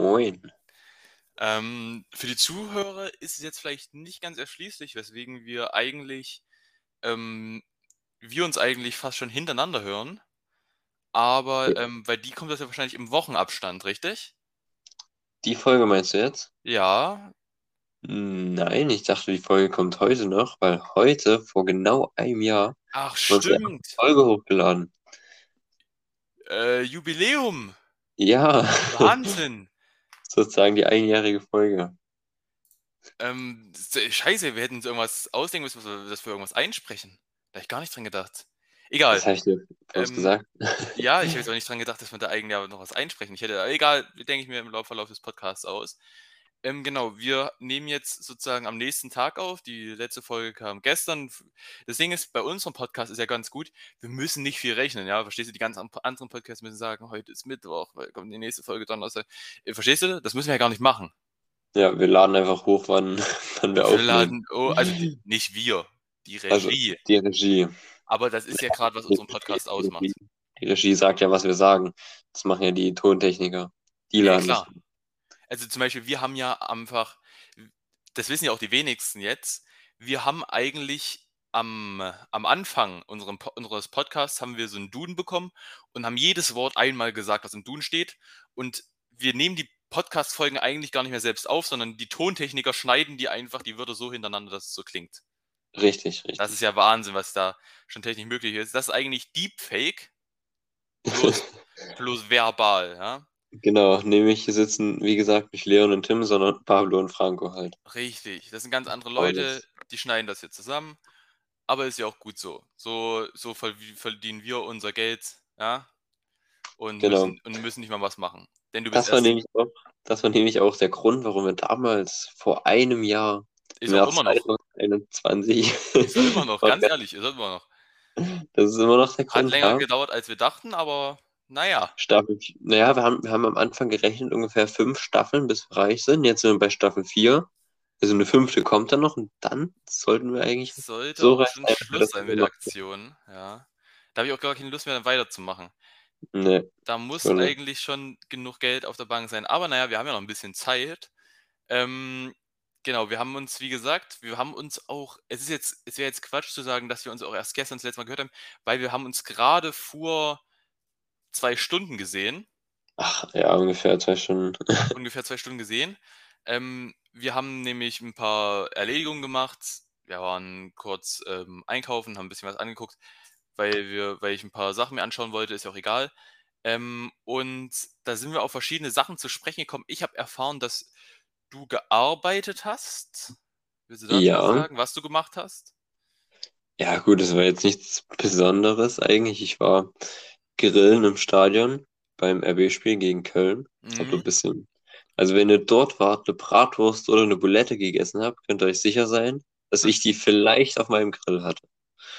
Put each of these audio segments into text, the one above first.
Moin. Für die Zuhörer ist es jetzt vielleicht nicht ganz erschließlich, weswegen ähm, wir uns eigentlich fast schon hintereinander hören, aber bei die kommt das ja wahrscheinlich im Wochenabstand, richtig? Die Folge meinst du jetzt? Ja. Nein, ich dachte, die Folge kommt heute noch, weil heute, vor genau einem Jahr, Ach, haben wir unsere erste stimmt. Folge hochgeladen. Jubiläum. Ja, Wahnsinn. sozusagen die einjährige Folge. Scheiße, wir hätten uns irgendwas ausdenken müssen, dass wir irgendwas einsprechen. Da hab ich gar nicht dran gedacht. Egal. Das habe ich dir bloß Ähm, gesagt. ja, ich habe jetzt auch nicht dran gedacht, dass wir da eigentlich aber noch was einsprechen. Egal, denke ich mir im Verlauf des Podcasts aus. Genau, wir nehmen jetzt sozusagen am nächsten Tag auf. Die letzte Folge kam gestern. Das Ding ist, bei unserem Podcast ist ja ganz gut, wir müssen nicht viel rechnen, ja. Verstehst du? Die ganzen anderen Podcasts müssen sagen, heute ist Mittwoch, weil kommt die nächste Folge Donnerstag. Verstehst du? Das müssen wir ja gar nicht machen. Ja, wir laden einfach hoch, wann wir Wir aufnehmen. laden, oh, also nicht wir, die Also Regie. die Regie. Aber das ist ja gerade, was unseren Podcast Die Regie, ausmacht. die Regie sagt ja, was wir sagen. Das machen ja die Tontechniker. Die Ja, laden das. klar. Also zum Beispiel, wir haben ja einfach, das wissen ja auch die wenigsten jetzt, wir haben eigentlich am Anfang unseres Podcasts haben wir so einen Duden bekommen und haben jedes Wort einmal gesagt, was im Duden steht. Und wir nehmen die Podcast-Folgen eigentlich gar nicht mehr selbst auf, sondern die Tontechniker schneiden die einfach die Wörter so hintereinander, dass es so klingt. Richtig, Das ist richtig. ja Wahnsinn, was da schon technisch möglich ist. Das ist eigentlich Deepfake, bloß, bloß verbal, ja. Genau, nämlich hier sitzen, wie gesagt, nicht Leon und Tim, sondern Pablo und Franco halt. Richtig. Das sind ganz andere Leute, Alles. die schneiden das hier zusammen. Aber ist ja auch gut so. So verdienen wir unser Geld, ja, und Genau. müssen nicht mal was machen. Denn du bist Das war erst, nämlich auch, das war nämlich auch der Grund, warum wir damals vor einem Jahr, ist im auch Jahr immer noch, 2021, ist auch immer noch, ganz ehrlich, ist auch immer noch. das ist immer noch der Hat Grund, länger ja. gedauert, als wir dachten, aber naja, Naja, wir haben am Anfang gerechnet, ungefähr 5 Staffeln, bis wir reich sind. Jetzt sind wir bei Staffel 4. Also eine fünfte kommt dann noch und dann sollten wir eigentlich sollte so auch reich schon sein, dass wir Schluss das sein mit immer der machen. Aktion, ja. Da habe ich auch gar keine Lust mehr, dann weiterzumachen. Nee, Da muss schon nicht. eigentlich schon genug Geld auf der Bank sein. Aber naja, wir haben ja noch ein bisschen Zeit. Ähm, genau, wir haben uns, wie gesagt, wir haben uns auch, es wäre jetzt Quatsch zu sagen, dass wir uns auch erst gestern das letzte Mal gehört haben, weil wir haben uns gerade vor 2 Stunden gesehen, Ach, ja, ungefähr 2 Stunden. ungefähr 2 Stunden gesehen. Wir haben nämlich ein paar Erledigungen gemacht. Wir waren kurz einkaufen, haben ein bisschen was angeguckt, weil ich ein paar Sachen mir anschauen wollte, ist ja auch egal. Und da sind wir auf verschiedene Sachen zu sprechen gekommen. Ich habe erfahren, dass du gearbeitet hast. Willst du dazu was Ja. sagen, was du gemacht hast? Ja, gut, es war jetzt nichts Besonderes eigentlich. Ich war grillen im Stadion beim RB-Spiel gegen Köln. Hab so Mhm. ein bisschen. Also, wenn ihr dort wart, eine Bratwurst oder eine Bulette gegessen habt, könnt ihr euch sicher sein, dass ich Das, die vielleicht auf meinem Grill hatte.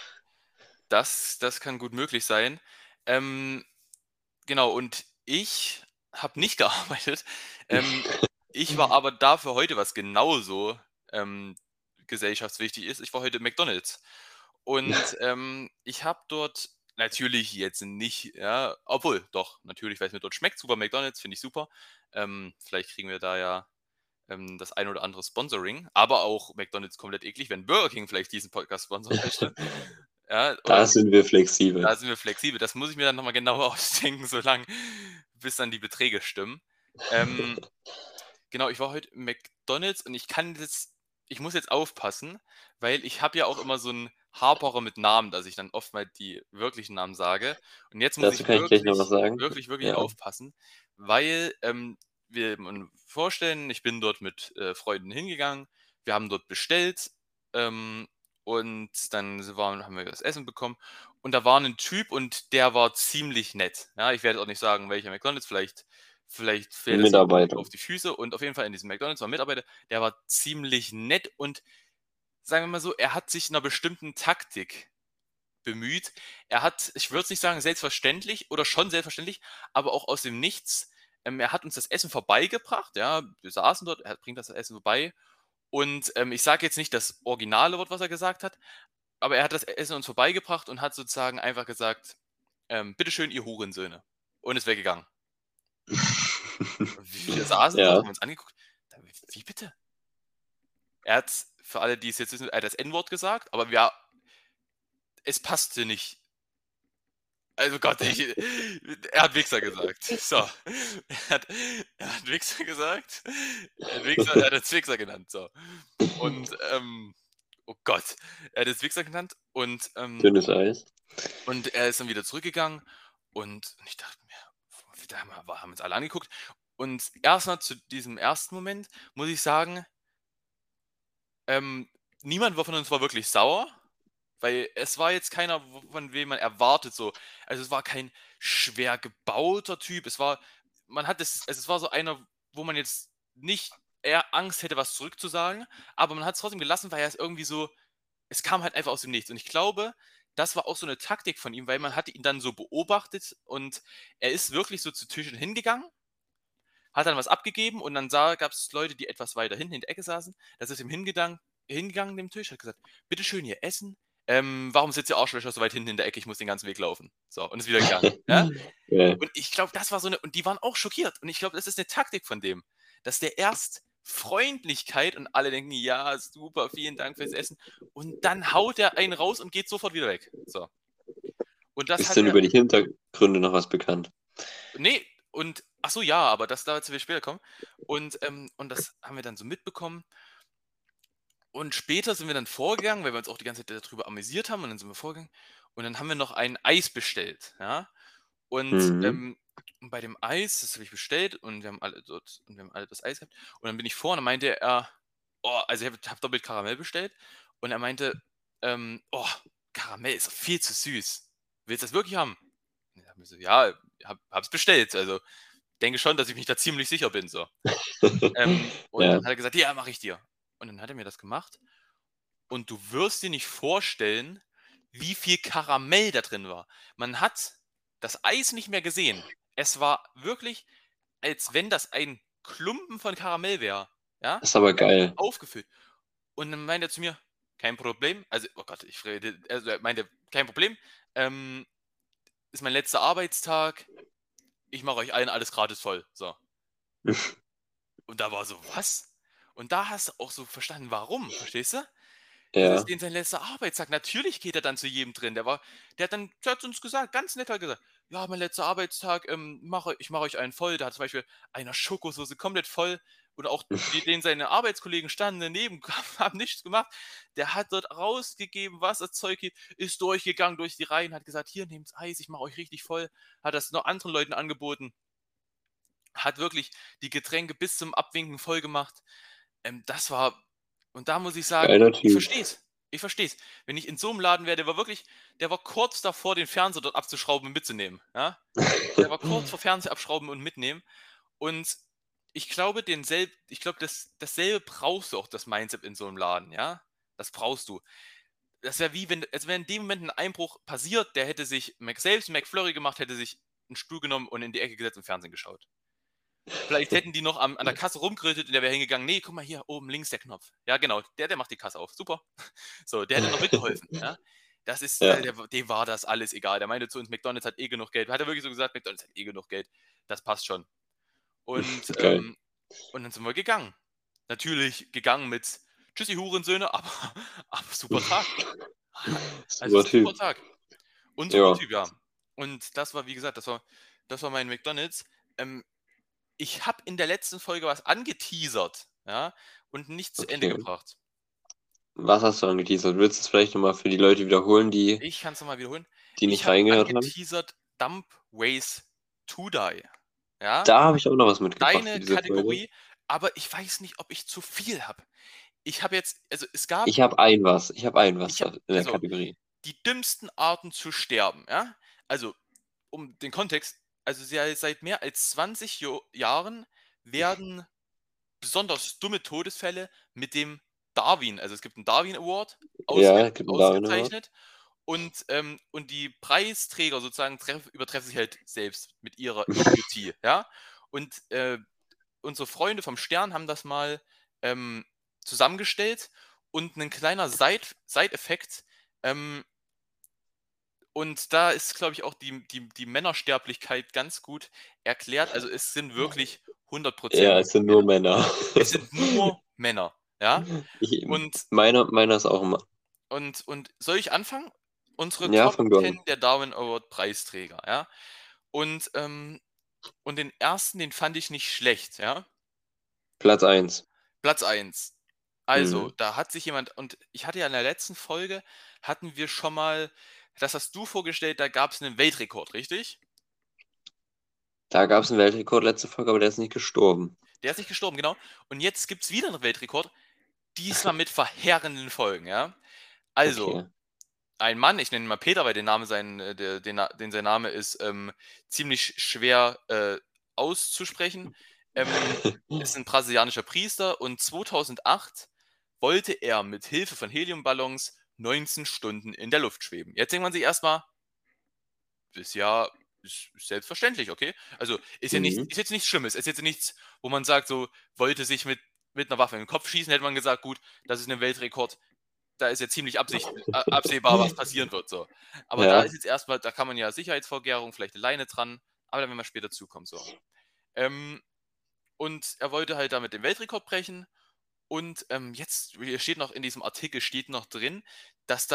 das kann gut möglich sein. Ähm, genau, und ich habe nicht gearbeitet. Ähm, ich war aber da für heute, was genauso ähm, gesellschaftswichtig ist. Ich war heute im McDonald's. Und ich habe dort natürlich jetzt nicht, ja, obwohl, doch, natürlich, weil es mir dort schmeckt. Super McDonald's, finde ich super. Vielleicht kriegen wir da ja das ein oder andere Sponsoring, aber auch McDonald's komplett eklig, wenn Burger King vielleicht diesen Podcast sponsern möchte. Ja, Da oder sind wir flexibel. da sind wir flexibel. Das muss ich mir dann nochmal genauer ausdenken, solange, bis dann die Beträge stimmen. Ähm, genau, ich war heute im McDonald's und ich muss jetzt aufpassen, weil ich habe ja auch immer so einen Haperer mit Namen, dass ich dann oft mal die wirklichen Namen sage. Und jetzt muss Dazu ich kann ich gleich noch was sagen. wirklich Ja. aufpassen, weil wir man vorstellen, ich bin dort mit Freunden hingegangen, wir haben dort bestellt ähm, und dann haben wir das Essen bekommen und da war ein Typ und der war ziemlich nett. Ja, ich werde auch nicht sagen, welcher McDonald's, vielleicht Ein fällt es jemandem Mitarbeiter. auf die Füße und auf jeden Fall in diesem McDonald's war ein Mitarbeiter, der war ziemlich nett und sagen wir mal so, er hat sich einer bestimmten Taktik bemüht. Ich würde es nicht sagen selbstverständlich oder schon selbstverständlich, aber auch aus dem Nichts. Er hat uns das Essen vorbeigebracht, ja, wir saßen dort, er bringt das Essen vorbei und ich sage jetzt nicht das originale Wort, was er gesagt hat, aber er hat das Essen uns vorbeigebracht und hat sozusagen einfach gesagt, bitteschön, ihr Hurensöhne und ist weggegangen. Wie saßen dort, Ja. haben uns angeguckt. Wie bitte? Er hat, für alle, die es jetzt wissen, er hat das N-Wort gesagt, aber es passte nicht. Also Gott, er hat Wichser gesagt. So. Er hat Wichser gesagt. Er hat es Wichser genannt. So. Und, oh Gott, er hat es Wichser genannt Dünnes Eis. und er ist dann wieder zurückgegangen und ich dachte mir, da haben uns alle angeguckt. Und erstmal zu diesem ersten Moment muss ich sagen, niemand von uns war wirklich sauer, weil es war jetzt keiner, von wem man erwartet so. Also es war kein schwer gebauter Typ. Es war so einer, wo man jetzt nicht eher Angst hätte, was zurückzusagen, aber man hat es trotzdem gelassen, weil er es irgendwie so, es kam halt einfach aus dem Nichts. Und ich glaube, das war auch so eine Taktik von ihm, weil man hatte ihn dann so beobachtet und er ist wirklich so zu Tischen hingegangen, hat dann was abgegeben und dann gab es Leute, die etwas weiter hinten in der Ecke saßen. Das ist ihm hingegangen dem Tisch, hat gesagt, bitte schön hier essen. Warum sitzt ihr Arschlöcher so weit hinten in der Ecke? Ich muss den ganzen Weg laufen. So, und ist wieder gegangen. Ja? Ja. Und ich glaube, das war so eine, und die waren auch schockiert. Und ich glaube, das ist eine Taktik von dem, dass der erst Freundlichkeit und alle denken, ja, super, vielen Dank fürs Essen. Und dann haut er einen raus und geht sofort wieder weg. So. Und das Ist hat denn er, über die Hintergründe noch was bekannt? nee, und, ach so, ja, aber das dazu will ich später kommen. Und das haben wir dann so mitbekommen. Und später sind wir dann vorgegangen, weil wir uns auch die ganze Zeit darüber amüsiert haben. Und dann sind wir vorgegangen. Und dann haben wir noch ein Eis bestellt. Ja? Und Mhm. bei dem Eis, das habe ich bestellt und wir haben alle das Eis gehabt. Und dann bin ich vor und dann meinte er, oh, also ich habe doppelt Karamell bestellt. Und er meinte, oh, Karamell ist viel zu süß. Willst du das wirklich haben? Und ich habe mir so, ja, hab's bestellt. Also denke schon, dass ich mich da ziemlich sicher bin. So. Und Ja. dann hat er gesagt, ja, mache ich dir. Und dann hat er mir das gemacht. Und du wirst dir nicht vorstellen, wie viel Karamell da drin war. Man hat das Eis nicht mehr gesehen. Es war wirklich, als wenn das ein Klumpen von Karamell wäre. Ja? Das ist aber geil. Aufgefüllt. Und dann meinte er zu mir, kein Problem. Also, oh Gott, also er meinte, kein Problem. Ist mein letzter Arbeitstag. Ich mache euch allen alles gratis voll. So. Und da war so, was? Und da hast du auch so verstanden, warum, verstehst du? Das ist Ja. denen sein letzter Arbeitstag. Natürlich geht er dann zu jedem drin. Der hat uns gesagt, ganz nett hat gesagt, ja, mein letzter Arbeitstag, ich mache euch einen voll. Da hat zum Beispiel einer Schokosoße komplett voll. Oder auch den seine Arbeitskollegen standen daneben, haben nichts gemacht. Der hat dort rausgegeben, was das Zeug geht, ist durchgegangen durch die Reihen, hat gesagt, hier, nehmt Eis, ich mache euch richtig voll. Hat das noch anderen Leuten angeboten. Hat wirklich die Getränke bis zum Abwinken voll gemacht. Das war, und da muss ich sagen, Geiler ich Typ. verstehe es. Ich verstehe es. Wenn ich in so einem Laden wäre, der war kurz davor, den Fernseher dort abzuschrauben und mitzunehmen. Ja? Der war kurz vor Fernseher abschrauben und mitnehmen. Und ich glaube, dasselbe brauchst du auch, das Mindset in so einem Laden, ja? Das brauchst du. Das wäre wie, als wäre in dem Moment ein Einbruch passiert, der hätte sich selbst McFlurry gemacht, hätte sich einen Stuhl genommen und in die Ecke gesetzt und Fernsehen geschaut. Vielleicht hätten die noch an der Kasse rumgerüttelt und der wäre hingegangen, nee, guck mal hier, oben links der Knopf. Ja, genau, der macht die Kasse auf. Super. So, der hätte noch mitgeholfen. Ja? Ja. Dem war das alles egal. Der meinte zu uns, McDonalds hat eh genug Geld. Hat er wirklich so gesagt, McDonalds hat eh genug Geld. Das passt schon. Und, Geil. und dann sind wir gegangen. Natürlich gegangen mit Tschüssi Hurensöhne, aber super Tag. Also Super super Typ. Tag. Und super Ja. Typ, ja. Und das war, wie gesagt, das war mein McDonalds. Ich habe in der letzten Folge was angeteasert, ja, und nicht zu Ende Okay. gebracht. Was hast du angeteasert? Willst du es vielleicht nochmal für die Leute wiederholen, die Ich kann es nochmal wiederholen. die Ich nicht habe reingehört haben? angeteasert Dump Ways to Die. Ja, Da habe ich auch noch was mitgebracht für deine diese Folge. Kategorie, aber ich weiß nicht, ob ich zu viel habe. Ich habe jetzt, also es gab, Ich habe ein was. Ich habe ein was ich da habe, in der also Kategorie. die dümmsten Arten zu sterben, ja. Also, um den Kontext, also seit mehr als 20 Jahren werden besonders dumme Todesfälle mit dem Darwin, also es gibt einen Darwin Award, Ja, gibt einen Darwin Award. ausgezeichnet und die Preisträger sozusagen übertreffen sich halt selbst mit ihrer Idiotie, ja. Und unsere Freunde vom Stern haben das mal zusammengestellt und ein kleiner Side-Effekt, ähm, und da ist, glaube ich, auch die Männersterblichkeit ganz gut erklärt. Also es sind wirklich 100% Ja, es sind nur Männer. Männer. Es sind nur Männer, ja? Ich, Und, meiner ist auch immer. und soll ich anfangen? Unsere Ja, Top fang du 10 an. der Darwin Award Preisträger, ja? Und, den ersten, den fand ich nicht schlecht, ja? Platz 1. Platz 1. Also, Mhm. da hat sich jemand, und ich hatte ja in der letzten Folge, hatten wir schon mal, das hast du vorgestellt, da gab es einen Weltrekord, richtig? Da gab es einen Weltrekord letzte Folge, aber der ist nicht gestorben. Der ist nicht gestorben, genau. Und jetzt gibt es wieder einen Weltrekord, diesmal mit verheerenden Folgen, ja? Also, Okay. ein Mann, ich nenne ihn mal Peter, weil sein Name ist ziemlich schwer auszusprechen, ist ein brasilianischer Priester und 2008 wollte er mit Hilfe von Heliumballons 19 Stunden in der Luft schweben. Jetzt denkt man sich erstmal, ist ja ist selbstverständlich, okay? Also ist ja nicht, Mhm. ist jetzt nichts Schlimmes, ist jetzt nichts, wo man sagt, so wollte sich mit einer Waffe in den Kopf schießen, hätte man gesagt, gut, das ist ein Weltrekord, da ist ja ziemlich absehbar, was passieren wird. So. Aber da Ja. ist jetzt erstmal, da kann man ja Sicherheitsvorkehrungen, vielleicht eine Leine dran, aber dann, wenn man später zukommt, so. Ähm, und er wollte halt damit den Weltrekord brechen. Und jetzt hier steht noch in diesem Artikel steht noch drin, dass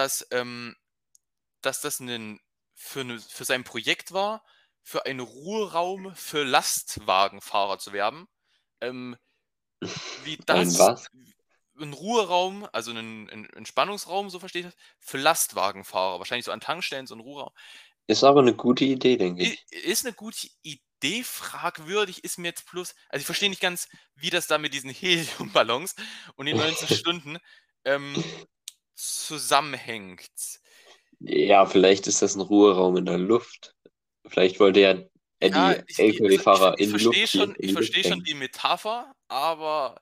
das für sein Projekt war, für einen Ruheraum für Lastwagenfahrer zu werben. Ähm, wie Ein das was? ein Ruheraum, also ein Entspannungsraum, so verstehe ich das, für Lastwagenfahrer, wahrscheinlich so an Tankstellen, so ein Ruheraum. Ist aber eine gute Idee, denke ich. Ist eine gute Idee, fragwürdig ist mir jetzt plus, also ich verstehe nicht ganz, wie das da mit diesen Heliumballons und den 19 Stunden ähm, zusammenhängt. Ja, vielleicht ist das ein Ruheraum in der Luft. Vielleicht wollte ja er Ja, die LKW-Fahrer in die Luft ziehen, in ich die Luft verstehe schon bringen. die Metapher, aber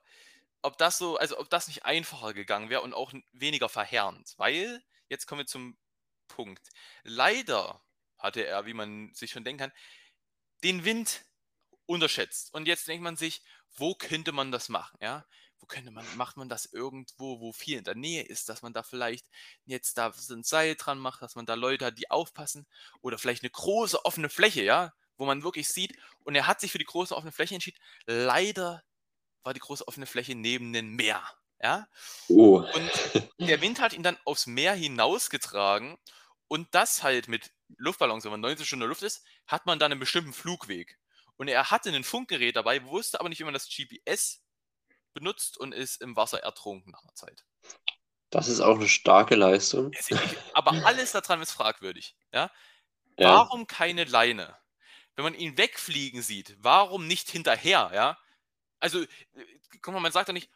ob das nicht einfacher gegangen wäre und auch weniger verheerend, weil, jetzt kommen wir zum Punkt. Leider hatte er, wie man sich schon denken kann, den Wind unterschätzt. Und jetzt denkt man sich, wo könnte man das machen? Ja? Macht man das irgendwo, wo viel in der Nähe ist, dass man da vielleicht jetzt da so ein Seil dran macht, dass man da Leute hat, die aufpassen, oder vielleicht eine große offene Fläche, ja, wo man wirklich sieht. Und er hat sich für die große offene Fläche entschieden. Leider war die große offene Fläche neben dem Meer. Ja? Oh. Und der Wind hat ihn dann aufs Meer hinausgetragen. Und das halt mit Luftballons, wenn man 19 Stunden in der Luft ist, hat man dann einen bestimmten Flugweg. Und er hatte ein Funkgerät dabei, wusste aber nicht, wie man das GPS benutzt und ist im Wasser ertrunken nach einer Zeit. Das ist auch eine starke Leistung. Aber alles daran ist fragwürdig. Ja? Ja. Warum keine Leine? Wenn man ihn wegfliegen sieht, warum nicht hinterher? Ja? Also, guck mal, man sagt doch nicht,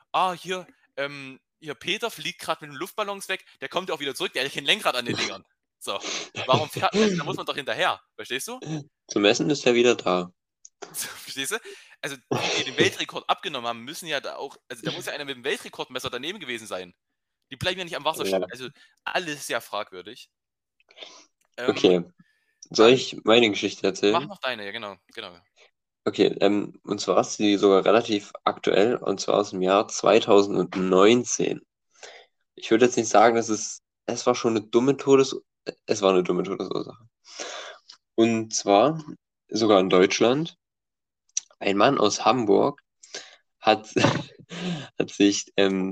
hier Peter fliegt gerade mit den Luftballons weg, der kommt ja auch wieder zurück, der hat kein Lenkrad an den Dingern. So, warum fährt, also da muss man doch hinterher, verstehst du? Zum Essen ist er wieder da. So, verstehst du? Also, die den Weltrekord abgenommen haben, müssen ja da auch, also da muss ja einer mit dem Weltrekordmesser daneben gewesen sein. Die bleiben ja nicht am Wasser stehen. Ja. Also, alles sehr fragwürdig. Ähm, Okay. Soll dann ich meine Geschichte mach erzählen? noch deine, ja, genau, genau. Okay, und zwar ist sie sogar relativ aktuell, und zwar aus dem Jahr 2019. Ich würde jetzt nicht sagen, es war schon eine dumme es war eine dumme Todesursache. Und zwar sogar in Deutschland. Ein Mann aus Hamburg hat, hat sich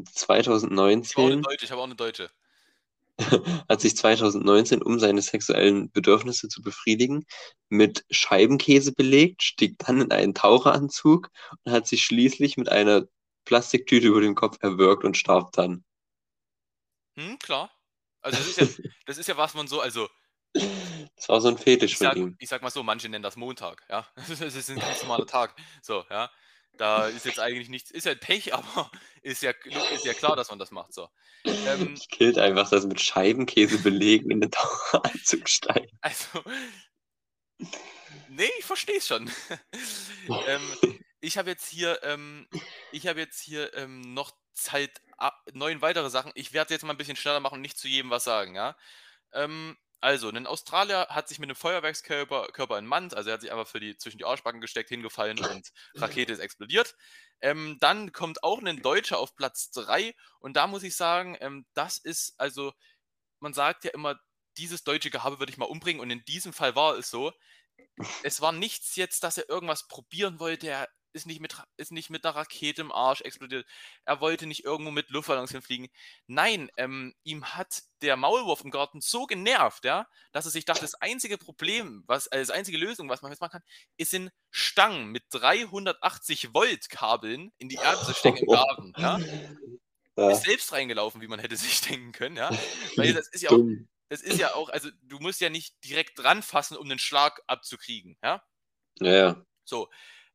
Ich habe auch eine Deutsche. hat sich 2019, um seine sexuellen Bedürfnisse zu befriedigen, mit Scheibenkäse belegt, stieg dann in einen Taucheranzug und hat sich schließlich mit einer Plastiktüte über den Kopf erwürgt und starb dann. Klar. Also das ist ja was man so, also Das war so ein Fetisch von ihm. ich sag mal so, manche nennen das Montag, ja. Das ist ein ganz normaler Tag. So, ja. Da ist jetzt eigentlich nichts, ist ja Pech, aber ist ja klar, dass man das macht. So. Ähm, Das killt einfach, das mit Scheibenkäse belegen in den Taucheranzug steigen. also, nee, ich verstehe es schon. ähm, ich habe jetzt hier, noch Zeit, 9 weitere Sachen. Ich werde jetzt mal ein bisschen schneller machen und nicht zu jedem was sagen, ja. Also, ein Australier hat sich mit einem Feuerwerkskörper entmannt, also er hat sich einfach zwischen die Arschbacken gesteckt, hingefallen und Rakete ist explodiert. Dann kommt auch ein Deutscher auf Platz 3 und da muss ich sagen, das ist, also, man sagt ja immer, dieses deutsche Gehabe würde ich mal umbringen und in diesem Fall war es so. Es war nichts jetzt, dass er irgendwas probieren wollte. ist nicht mit einer Rakete im Arsch explodiert. Er wollte nicht irgendwo mit Luftballons hinfliegen. Nein, ihm hat der Maulwurf im Garten so genervt, ja, dass er sich dachte, das einzige Problem, das einzige Lösung, was man jetzt machen kann, ist in Stangen mit 380 Volt Kabeln in die Erde zu stecken im Garten, ja. Ist Ja, selbst reingelaufen, wie man hätte sich denken können, ja. Weil dumm. das ist ja auch, also du musst ja nicht direkt dran fassen, um den Schlag abzukriegen, ja. Ja, ja. So,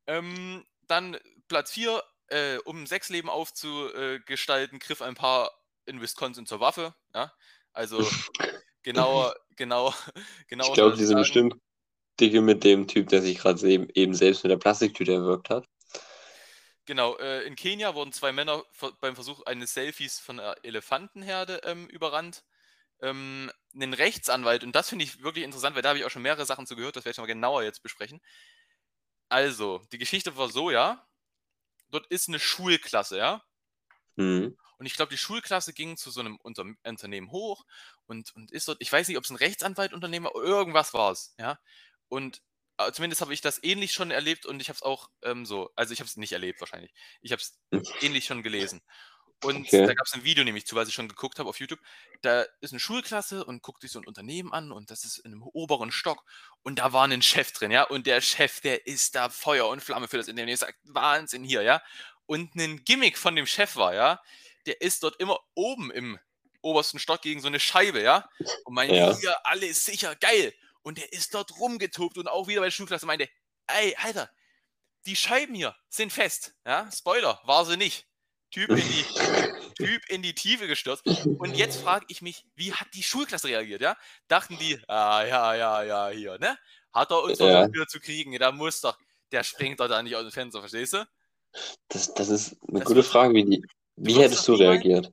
dann Platz 4, um 6 Leben aufzugestalten, griff ein Paar in Wisconsin zur Waffe, ja. Also genauer, genau, Ich genauer soll glaube, das die nicht sind sagen. bestimmt dicke mit dem Typ, der sich gerade eben selbst mit der Plastiktüte erwürgt hat. Genau, in Kenia wurden 2 Männer beim Versuch eines Selfies von einer Elefantenherde überrannt. Ein Rechtsanwalt, und das finde ich wirklich interessant, weil da habe ich auch schon mehrere Sachen zu gehört, das werde ich mal genauer jetzt besprechen. Also, die Geschichte war so, ja, dort ist eine Schulklasse, ja, Hm. und ich glaube, die Schulklasse ging zu so einem Unternehmen hoch und ist dort, ich weiß nicht, ob es ein Rechtsanwaltunternehmer, irgendwas war es, ja. Und zumindest habe ich das ähnlich schon erlebt und ich habe es auch also ich habe es nicht erlebt wahrscheinlich. Ich habe es ähnlich schon gelesen. Und da Okay. gab es ein Video nämlich zu, was ich schon geguckt habe auf YouTube. Da ist eine Schulklasse und guckt sich so ein Unternehmen an und das ist in einem oberen Stock und da war ein Chef drin, ja. Und der Chef, der ist da Feuer und Flamme für das Unternehmen. Der sagt, Wahnsinn hier, ja. Und ein Gimmick von dem Chef war, ja, der ist dort immer oben im obersten Stock gegen so eine Scheibe, ja, und meinte, Ja. hier, alles sicher, geil. Und der ist dort rumgetobt und auch wieder bei der Schulklasse meinte, ey, Alter, die Scheiben hier sind fest, ja, Spoiler, war sie nicht. Typ in die, typ in die Tiefe gestürzt. Und jetzt frage ich mich, wie hat die Schulklasse reagiert, ja? Dachten die, ja, hier, ne? Hat er uns doch Ja. wieder zu kriegen, da muss doch, der springt doch da nicht aus dem Fenster, verstehst du? Das ist eine Das gute wird doch, Frage, du wie würdest doch hättest du niemals, reagiert?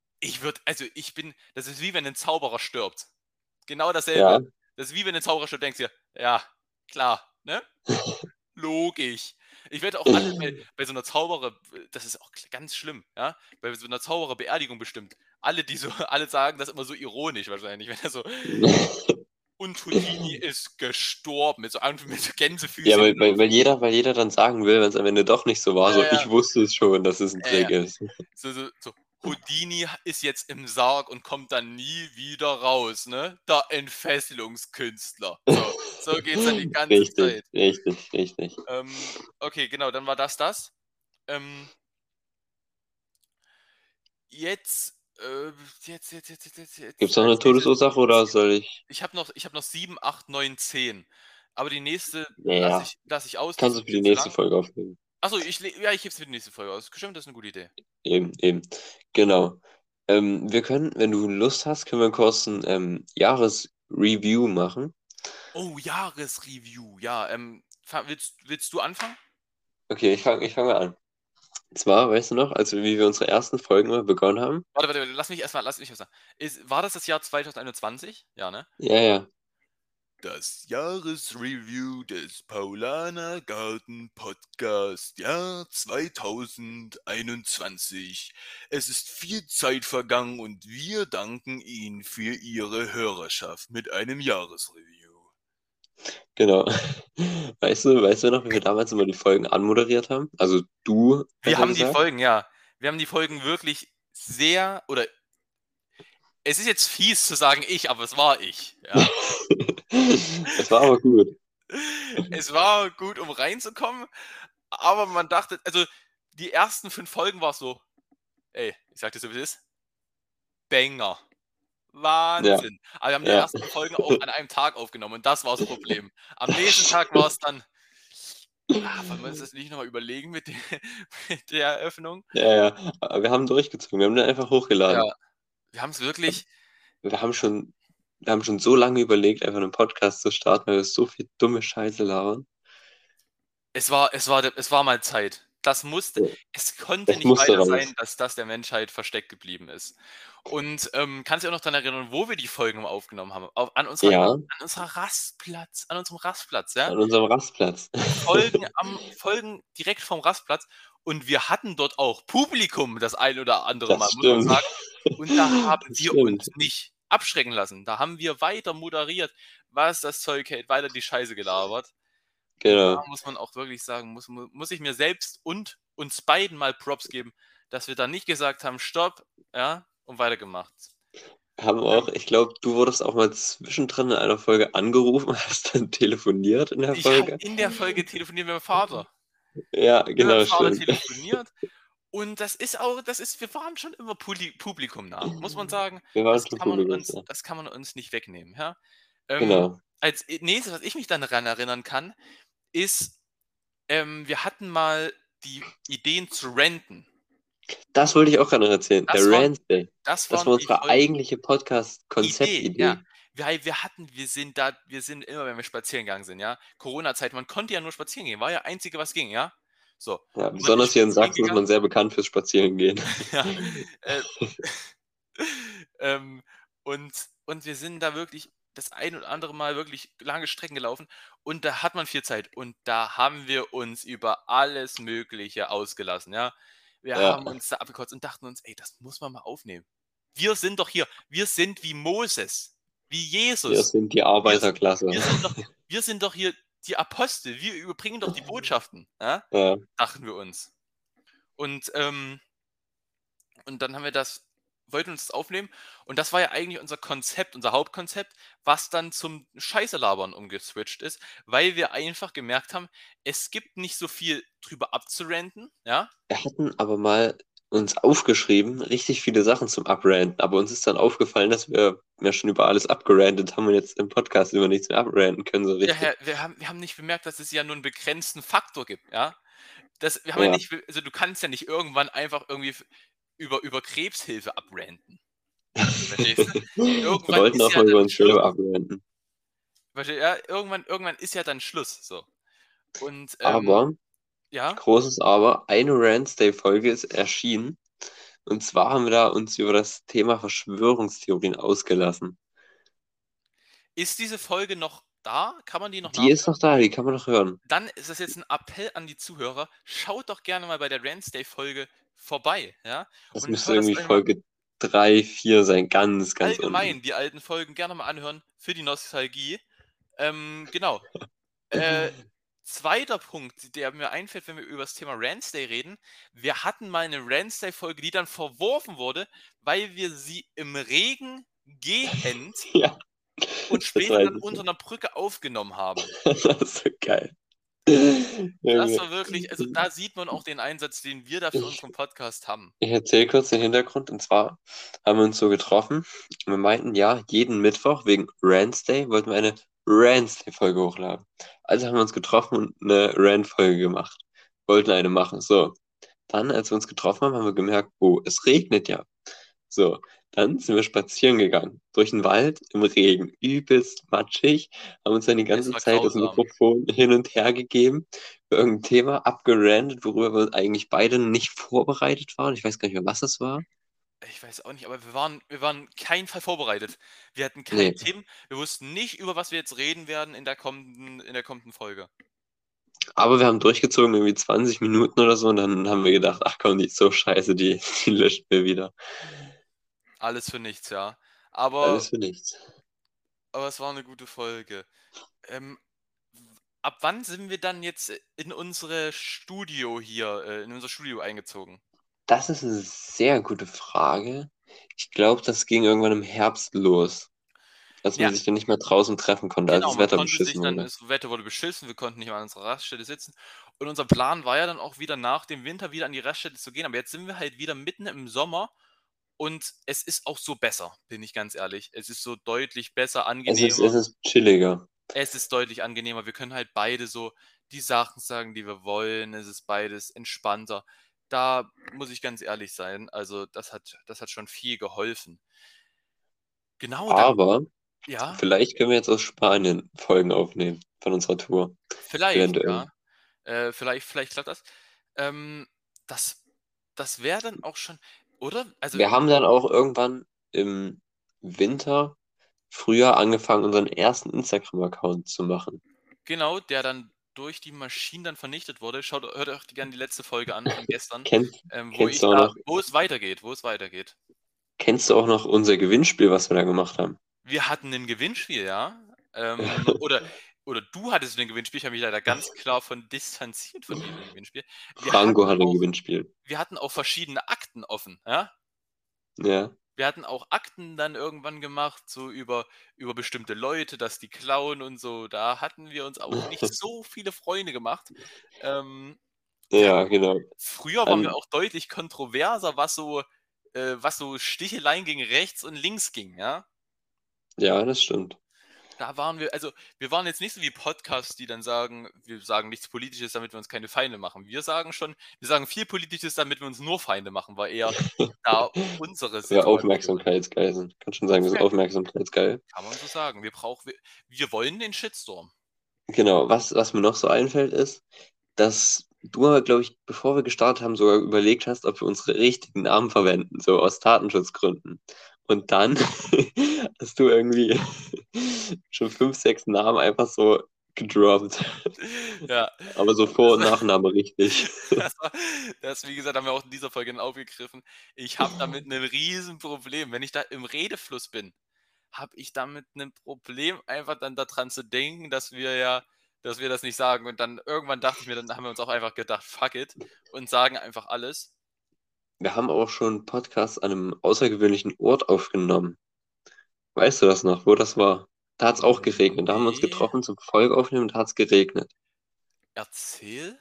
das ist wie wenn ein Zauberer stirbt. Genau dasselbe. Ja. Das ist wie wenn ein Zauberer stirbt, denkst du dir, ja, klar, ne? Logisch. Ich werde auch alle bei so einer das ist auch ganz schlimm, ja, bei so einer Zaubererbeerdigung bestimmt. Alle, die so, alle sagen das immer so ironisch wahrscheinlich, wenn er so, und Houdini ist gestorben, mit so Ja, Gänsefüßchen in der Luft. weil jeder dann sagen will, wenn es am Ende doch nicht so war, Ja, so, ja, ich wusste es schon, dass es ein ja, ja. Trick ist. So, Houdini ist jetzt im Sarg und kommt dann nie wieder raus, ne? Der Entfesselungskünstler. So geht's dann die ganze Richtig, Zeit. richtig, richtig. Okay, genau, dann war das. Ähm, Jetzt, Gibt es jetzt noch eine als nächstes, Todesursache oder soll ich? ich habe noch 7, 8, 9, 10. Aber die nächste Naja, lasse ich aus, die ist kannst du ein für die bisschen zu nächste lang. Folge aufnehmen. Achso, ja, ich hebe es für die nächste Folge aus. Stimmt, das ist eine gute Idee. Eben, eben. Genau. Wir können, wenn du Lust hast, können wir kurz ein Jahresreview machen. Oh, Jahresreview. Ja, willst du anfangen? Okay, ich fang mal an. Zwar, weißt du noch, wie wir unsere ersten Folgen mal begonnen haben? Warte, lass mich erst mal. War das Jahr 2021? Ja, ne? Ja, ja. Das Jahresreview des Paulaner Garten Podcast, Jahr 2021. Es ist viel Zeit vergangen und wir danken Ihnen für Ihre Hörerschaft mit einem Jahresreview. Genau. Weißt du noch, wie wir damals immer die Folgen anmoderiert haben? Also du, Wir besser haben die gesagt. Folgen, ja. Wir haben die Folgen wirklich sehr, oder es ist jetzt fies zu sagen ich, aber es war ich, ja. Es war aber gut. Es war gut, um reinzukommen, aber man dachte, also die ersten 5 Folgen war es so, ey, ich sag dir so, wie es ist, Banger. Ja, Wahnsinn. Aber wir haben die ja. ersten Folgen auch an einem Tag aufgenommen und das war das Problem. Am nächsten Tag war es dann, wollen wir uns das nicht nochmal überlegen mit, mit der Eröffnung? Ja, ja. Aber wir haben durchgezogen. Wir haben den einfach Ja, hochgeladen. wir haben es wirklich, Wir haben schon, wir haben schon so lange überlegt, einfach einen Podcast zu starten, weil wir so viel dumme Scheiße labern. es war mal Zeit. Ja. Es konnte Es nicht musste weiter sein, raus. dass das der Menschheit versteckt geblieben ist. Und kannst du dich auch noch daran erinnern, wo wir die Folgen aufgenommen haben? Ja, An unserem Rastplatz, ja? an unserem Rastplatz. Folgen direkt vom Rastplatz. Und wir hatten dort auch Publikum das ein oder andere Mal, Das muss man stimmt. sagen. Und da haben Das wir stimmt. uns nicht abschrecken lassen. Da haben wir weiter moderiert, was das Zeug hält, weiter die Scheiße gelabert. Und da Genau. muss man auch wirklich sagen, muss ich mir selbst und uns beiden mal Props geben, dass wir da nicht gesagt haben, stopp, ja, und weitergemacht. Haben auch, ich glaube, du wurdest auch mal zwischendrin in einer Folge angerufen, hast dann telefoniert in der Ich habe Folge. in der Folge telefoniert mit meinem Vater. Ja, Mit meinem genau, Vater stimmt. telefoniert und wir waren schon immer publikumnah, muss man sagen. Wir waren schon Publikum, ja. Das kann man uns nicht wegnehmen, ja. Genau. Als Nächstes, was ich mich dann daran erinnern kann, ist, wir hatten mal die Ideen zu renten. Das wollte ich auch gerade noch erzählen. Der Das waren Rant Day. das Das waren war die unsere Folgen. eigentliche Idee, ja. Podcast-Konzeptidee. Wir sind immer, wenn wir spazieren gegangen sind, ja. Corona-Zeit, man konnte ja nur spazieren gehen, war ja einzige, was ging, ja. So, Ja, man ist besonders hier in spazieren Sachsen ist man gegangen, sehr bekannt fürs Spazierengehen. ja. Äh, ähm, und wir sind da wirklich das ein oder andere Mal wirklich lange Strecken gelaufen und da hat man viel Zeit und da haben wir uns über alles Mögliche ausgelassen, ja. Wir Ja, haben uns da abgekotzt und dachten uns: „Ey, das muss man mal aufnehmen. Wir sind wie Moses, wie wir Jesus. sind die Wir s Arbeiterklasse. wir sind doch hier die Apostel, wir überbringen doch die Botschaften“, ja, Ja. dachten wir uns. Und, dann haben wir das wollten uns das aufnehmen und das war ja eigentlich unser Konzept, unser Hauptkonzept, was dann zum Scheiße-Labern umgeswitcht ist, weil wir einfach gemerkt haben, es gibt nicht so viel drüber abzuranten, ja? Wir hatten aber mal uns aufgeschrieben, richtig viele Sachen zum Abranten, aber uns ist dann aufgefallen, dass wir ja schon über alles abgerantet haben und jetzt im Podcast über nichts mehr abranten können, so richtig. Wir haben nicht bemerkt, dass es ja nur einen begrenzten Faktor gibt, ja? Wir haben ja Ja, nicht also, du kannst ja nicht irgendwann einfach irgendwie über Krebshilfe abranten, verstehst du? wir Irgendwann wollten ist auch ja mal über dann uns Schluss. selber abranten. Ja, irgendwann ist ja dann Schluss, so. Und, Aber, ja? großes Aber, eine Rants-Day-Folge ist erschienen. Und zwar haben wir da uns über das Thema Verschwörungstheorien ausgelassen. Ist diese Folge noch da? Kann man die noch Die ist nachhören? noch da, die kann man noch hören. Dann ist das jetzt ein Appell an die Zuhörer. Schaut doch gerne mal bei der Wednesday-Folge vorbei, ja? Das Und müsste hört das irgendwie euch mal Folge 3, 4 sein, ganz, ganz unten. allgemein die alten Folgen gerne mal anhören für die Nostalgie. Genau. Äh, zweiter Punkt, der mir einfällt, wenn wir über das Thema Wednesday reden. Wir hatten mal eine Wednesday-Folge, die dann verworfen wurde, weil wir sie im Regen gehend Ja, und das später weiß dann ich unter noch. einer Brücke aufgenommen haben. Das ist so geil. Das Junge. war wirklich also, da sieht man auch den Einsatz, den wir da für Ich, unseren Podcast haben. ich erzähle kurz den Hintergrund. Und zwar haben wir uns so getroffen und wir meinten, ja, jeden Mittwoch wegen Rants Day wollten wir eine Rants Day-Folge hochladen. Also haben wir uns getroffen und eine Rant-Folge gemacht. Wollten eine machen. So. Dann, als wir uns getroffen haben, haben wir gemerkt, oh, es regnet ja. So, dann sind wir spazieren gegangen. Durch den Wald im Regen. Übelst matschig. Haben uns dann die Es ganze war Zeit das grausam. Mikrofon hin und her gegeben. Für irgendein Thema abgerantet, worüber wir eigentlich beide nicht vorbereitet waren. Ich weiß gar nicht mehr, was es war. Ich weiß auch nicht, aber wir waren keinen Fall vorbereitet. Wir hatten keine Nee. Themen. Wir wussten nicht, über was wir jetzt reden werden in der kommenden Folge. Aber wir haben durchgezogen, irgendwie 20 Minuten oder so. Und dann haben wir gedacht, ach komm, die ist so scheiße, die löschen wir wieder. Alles für nichts, ja. Alles für nichts. Aber es war eine gute Folge. Ähm, ab wann sind wir dann jetzt in unser Studio eingezogen? Das ist eine sehr gute Frage. Ich glaube, das ging irgendwann im Herbst los, als man Ja, sich dann nicht mehr draußen treffen konnte, als genau, das man Wetter konnte sich beschissen dann wurde. das Wetter wurde beschissen, wir konnten nicht mehr an unserer Raststätte sitzen. Und unser Plan war ja dann auch wieder nach dem Winter wieder an die Raststätte zu gehen. Aber jetzt sind wir halt wieder mitten im Sommer und es ist auch so besser, bin ich ganz ehrlich. Es ist so deutlich besser, Es angenehmer. ist chilliger. Es ist deutlich angenehmer. Wir können halt beide so die Sachen sagen, die wir wollen. Es ist beides entspannter. Da muss ich ganz ehrlich sein. Also das hat schon viel geholfen. Genau, dann, Aber ja, vielleicht können wir jetzt aus Spanien Folgen aufnehmen von unserer Tour. vielleicht, Eventuell. ja. Vielleicht klappt das. Ähm, das das wäre dann auch schon oder? Also, Wir haben dann auch irgendwann im Winter, Frühjahr angefangen, unseren ersten Instagram-Account zu machen. genau, der dann durch die Maschinen dann vernichtet wurde. Hört euch gerne die letzte Folge an von gestern, Kennst du auch noch, wo es weitergeht. kennst du auch noch unser Gewinnspiel, was wir da gemacht haben? Wir hatten 'nen Gewinnspiel, ja. Oder oder du hattest ein Gewinnspiel, ich habe mich leider ganz klar von distanziert von diesem Gewinnspiel. Wir Franco hatten hat ein auch Gewinnspiel. wir hatten auch verschiedene Akten offen, ja? Ja. Wir hatten auch Akten dann irgendwann gemacht, so über bestimmte Leute, dass die klauen und so. Da hatten wir uns auch nicht so viele Freunde gemacht. Ähm, wir Ja, hatten genau. früher waren wir An, auch deutlich kontroverser, was so Sticheleien gegen rechts und links ging, ja? ja, das stimmt. Da waren wir waren jetzt nicht so wie Podcasts, die dann sagen, wir sagen nichts Politisches, damit wir uns keine Feinde machen. Wir sagen viel Politisches, damit wir uns nur Feinde machen, war eher da unsere Wir Situation. aufmerksamkeitsgeil sind. Kann schon sagen, wir sind Aufmerk aufmerksamkeitsgeil. Kann man so sagen. Wir wollen den Shitstorm. Genau, was mir noch so einfällt, ist, dass du, glaube ich, bevor wir gestartet haben, sogar überlegt hast, ob wir unsere richtigen Namen verwenden, so aus Datenschutzgründen. Und dann hast du irgendwie schon 5, 6 Namen einfach so gedroppt. Ja, Aber so Vor- das und war Nachname richtig. das war wie gesagt, haben wir auch in dieser Folge dann aufgegriffen. Ich habe damit 'nen Riesenproblem. Wenn ich da im Redefluss bin, habe ich damit 'nen Problem, einfach dann da dran zu denken, dass wir das nicht sagen. Und dann irgendwann dachte ich mir dann haben wir uns auch einfach gedacht: „Fuck it" und sagen einfach alles. Wir haben auch schon Podcasts an einem außergewöhnlichen Ort aufgenommen. Weißt du das noch, wo das war? Da hat es auch geregnet. Da haben wir uns Ne, getroffen zum Folge aufnehmen und da hat es geregnet. erzähl.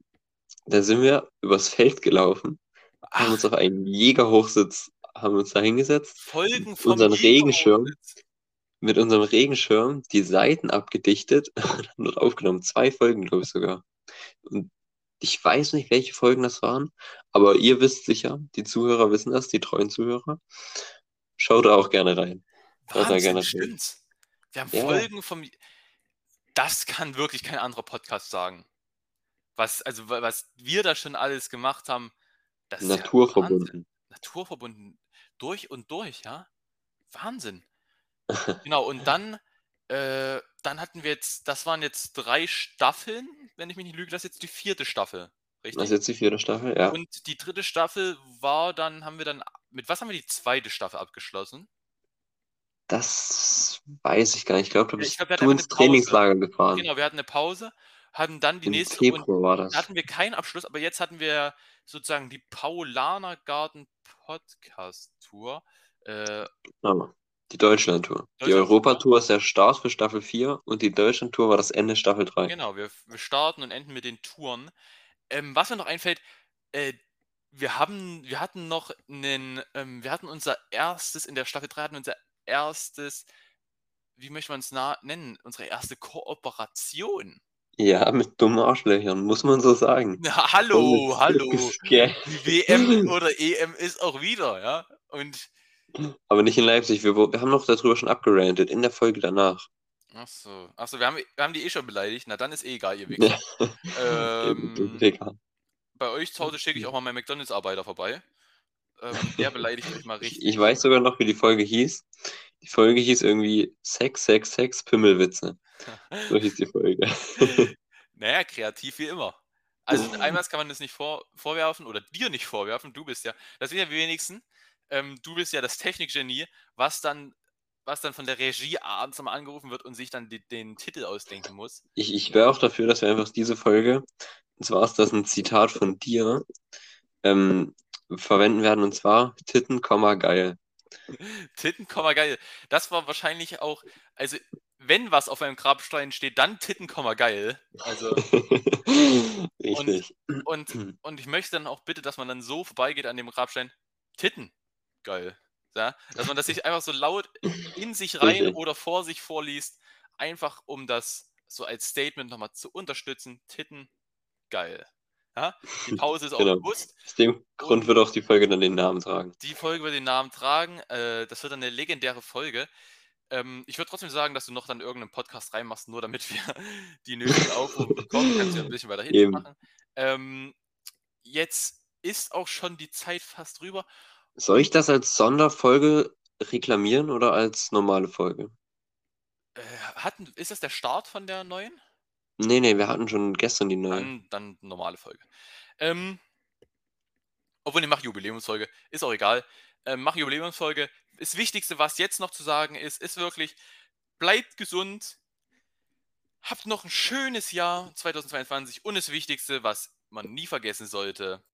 Da sind wir übers Feld gelaufen, haben uns Ach, auf einen Jägerhochsitz, haben uns da hingesetzt, mit Folgen vom unseren Regenschirm, Jägerhochsitz. mit unserem Regenschirm die Seiten abgedichtet und haben dort aufgenommen. 2 Folgen, glaube ich sogar. Und ich weiß nicht, welche Folgen das waren, aber ihr wisst sicher, die Zuhörer wissen das, die treuen Zuhörer. Schaut da auch gerne rein. Hört da Wahnsinn, gerne rein. stimmt's. Wir haben Ja, Folgen vom Das kann wirklich kein anderer Podcast sagen. Was wir da schon alles gemacht haben, das ist ja Wahnsinn. naturverbunden. Naturverbunden durch und durch, ja? Wahnsinn. Genau, und dann hatten wir jetzt das waren jetzt 3 Staffeln, wenn ich mich nicht lüge, das ist jetzt die 4. Staffel, Das ist richtig? jetzt die 4. Staffel, ja. Und die 3. Staffel war dann haben wir dann mit was haben wir die 2. Staffel abgeschlossen? Das weiß ich gar nicht. Ich glaube, da Ja, ich bist glaube, wir hatten du einfach 'ne ins Pause. Trainingslager gefahren. Genau, wir hatten 'ne Pause, hatten dann die Im nächste und Februar war da das. hatten wir keinen Abschluss, aber jetzt hatten wir sozusagen die Paulanergarten Podcast Tour, äh, Ja. Die Deutschlandtour. Die Deutschlandtour, genau. Europatour ist der Start für Staffel 4 und die Deutschlandtour war das Ende Staffel 3. Genau, wir starten und enden mit den Touren. Was mir noch einfällt, äh, wir hatten unser erstes in der Staffel 3 hatten wir unser erstes, wie möchte man's nennen, unsere erste Kooperation. Ja, mit dummen Arschlöchern, muss man so sagen. Na, Voll hallo, hallo. Gell. Die WM oder EM ist auch wieder, ja? Und Aber nicht in Leipzig. Wir haben noch darüber schon abgerantet, in der Folge danach. ach so, wir haben die eh schon beleidigt. Na, dann ist eh egal, ihr Ja. Wichser. Ähm, Digga. bei euch zu Hause schicke ich auch mal meinen McDonald's-Arbeiter vorbei. Der beleidigt euch mal Ich richtig. weiß sogar noch, wie die Folge hieß. Die Folge hieß irgendwie Sex, Sex, Sex, Pimmelwitze. So hieß die Folge. Na ja, kreativ wie immer. Also, einmal kann man das nicht vorwerfen oder dir nicht vorwerfen. Das sind ja die wenigsten. Du bist ja das Technikgenie, was dann von der Regie abends mal angerufen wird und sich dann den Titel ausdenken muss. Ich wäre auch dafür, dass wir einfach diese Folge, und zwar ist das ein Zitat von dir, ähm, verwenden werden, und zwar Titten, geil. Titten, geil. Das war wahrscheinlich auch also, wenn was auf einem Grabstein steht, dann Titten, geil. Also und Richtig. und ich möchte dann auch bitte, dass man dann so vorbeigeht an dem Grabstein: „Titten, geil." Ja? Dass man das sich einfach so laut in sich rein Richtig. oder vor sich vorliest, einfach um das so als Statement noch mal zu unterstützen: „Titten, geil." Ja? Die Pause ist auch Genau. bewusst Aus dem Grund und wird auch die Folge dann den Namen tragen. die Folge wird den Namen tragen. Das wird dann 'ne legendäre Folge. Ich würde trotzdem sagen, dass du noch dann irgendeinen Podcast reinmachst, nur damit wir die nötigen Aufrufe bekommen. Kannst du ja ein bisschen weiter hinten Eben. machen. Ähm, jetzt ist auch schon die Zeit fast rüber Soll ich und, das als Sonderfolge reklamieren oder als normale Folge? ist das der Start von der neuen? Nee, nee, wir hatten schon gestern die neue. Dann normale Folge. Ähm, obwohl, ne, mach Jubiläumsfolge, ist auch egal. Mach Jubiläumsfolge. Das Wichtigste, was jetzt noch zu sagen ist, ist wirklich: Bleibt gesund, Habt noch ein schönes Jahr 2022 und das Wichtigste, was man nie vergessen sollte: